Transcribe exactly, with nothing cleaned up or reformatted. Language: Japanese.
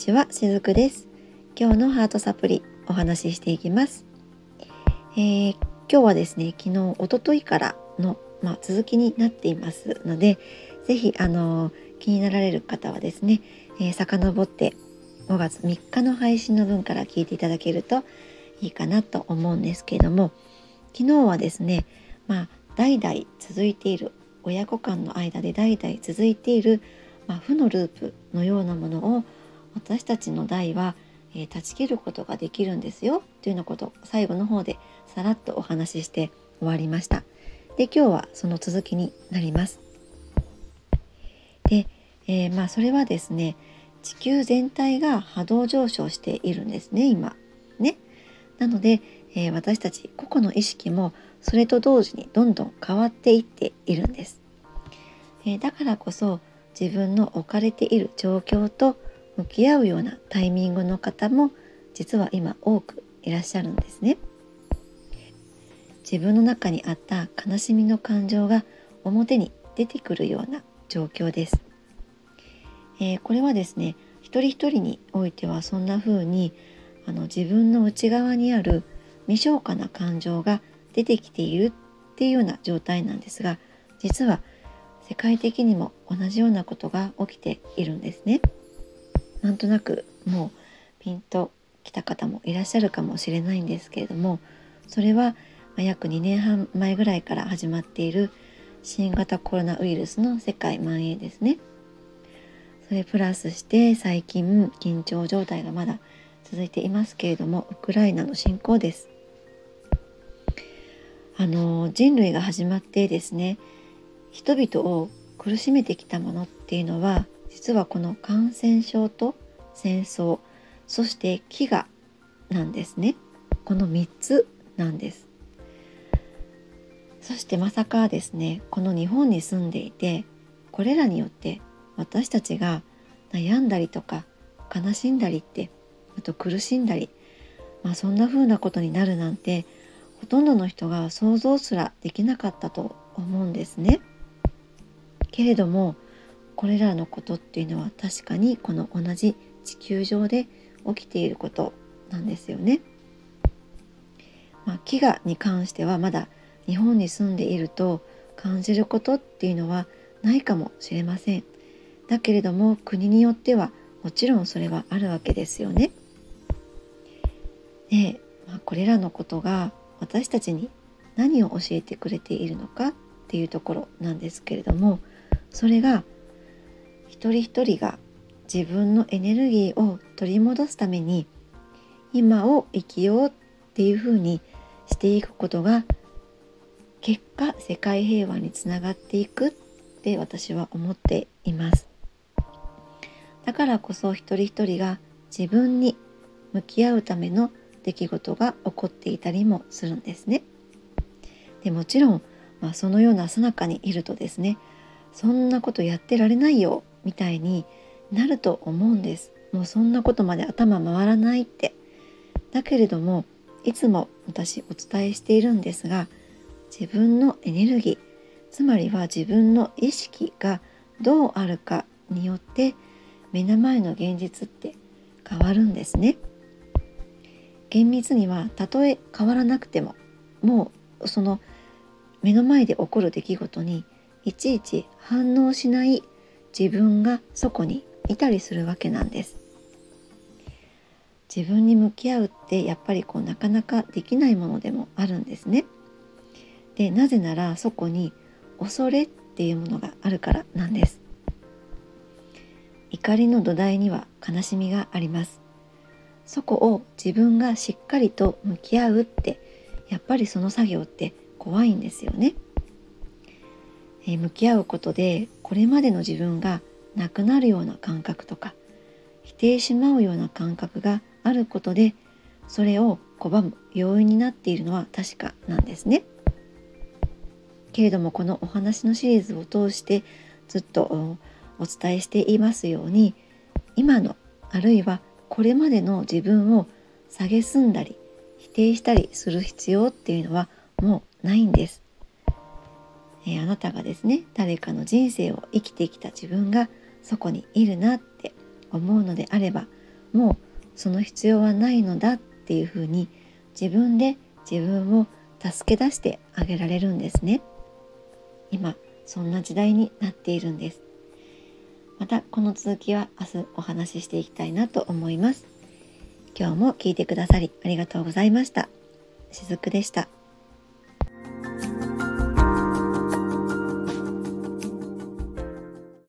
ちは、しずくです。今日のハートサプリお話ししていきます。えー、今日はですね、昨日、一昨日からの、まあ、続きになっていますので、ぜひあの気になられる方はですね、えー、遡ってごがつみっかの配信の分から聞いていただけるといいかなと思うんですけれども、昨日はですね、まあ、代々続いている親子間の間で代々続いている、まあ、負のループのようなものを私たちの代は、えー、断ち切ることができるんですよというようなことを最後の方でさらっとお話しして終わりました。で、今日はその続きになります。で、えー、まあそれはですね、地球全体が波動上昇しているんですね、今ね。なので、えー、私たち個々の意識もそれと同時にどんどん変わっていっているんです。えー、だからこそ自分の置かれている状況と向き合うようなタイミングの方も実は今多くいらっしゃるんですね。自分の中にあった悲しみの感情が表に出てくるような状況です。えー、これはですね、一人一人においてはそんな風にあの自分の内側にある未消化な感情が出てきているっていうような状態なんですが、実は世界的にも同じようなことが起きているんですね。なんとなくもうピンときた方もいらっしゃるかもしれないんですけれども、それは約にねんはん前ぐらいから始まっている新型コロナウイルスの世界蔓延ですね。それプラスして最近緊張状態がまだ続いていますけれども、ウクライナの侵攻です。あの人類が始まってですね、人々を苦しめてきたものっていうのは実はこの感染症と戦争、そして飢餓なんですね。このみっつなんです。そしてまさかですね、この日本に住んでいて、これらによって私たちが悩んだりとか悲しんだりって、あと苦しんだり、まあ、そんな風なことになるなんてほとんどの人が想像すらできなかったと思うんですね。けれどもこれらのことっていうのは確かにこの同じ地球上で起きていることなんですよね。まあ、飢餓に関してはまだ日本に住んでいると感じることっていうのはないかもしれません。だけれども国によってはもちろんそれはあるわけですよね。で、まあ、これらのことが私たちに何を教えてくれているのかっていうところなんですけれども、それが一人一人が自分のエネルギーを取り戻すために今を生きようっていうふうにしていくことが結果世界平和につながっていくって私は思っています。だからこそ一人一人が自分に向き合うための出来事が起こっていたりもするんですね。でもちろん、まあ、そのような最中にいるとですね、そんなことやってられないよみたいになると思うんです。もうそんなことまで頭回らないって。だけれどもいつも私お伝えしているんですが、自分のエネルギー、つまりは自分の意識がどうあるかによって目の前の現実って変わるんですね。厳密にはたとえ変わらなくても、もうその目の前で起こる出来事にいちいち反応しない自分がそこにいたりするわけなんです。自分に向き合うってやっぱりこうなかなかできないものでもあるんですね。で、なぜならそこに恐れっていうものがあるからなんです。怒りの土台には悲しみがあります。そこを自分がしっかりと向き合うって、やっぱりその作業って怖いんですよね。えー、向き合うことでこれまでの自分がなくなるような感覚とか否定しまうような感覚があることで、それを拒む要因になっているのは確かなんですね。けれどもこのお話のシリーズを通してずっとお伝えしていますように、今のあるいはこれまでの自分を蔑んだり否定したりする必要っていうのはもうないんです。えー、あなたがですね、誰かの人生を生きてきた自分がそこにいるなって思うのであれば、 もうその必要はないのだっていうふうに自分で自分を助け出してあげられるんですね。今そんな時代になっているんです。またこの続きは明日お話ししていきたいなと思います。今日も聞いてくださりありがとうございました。しずくでした。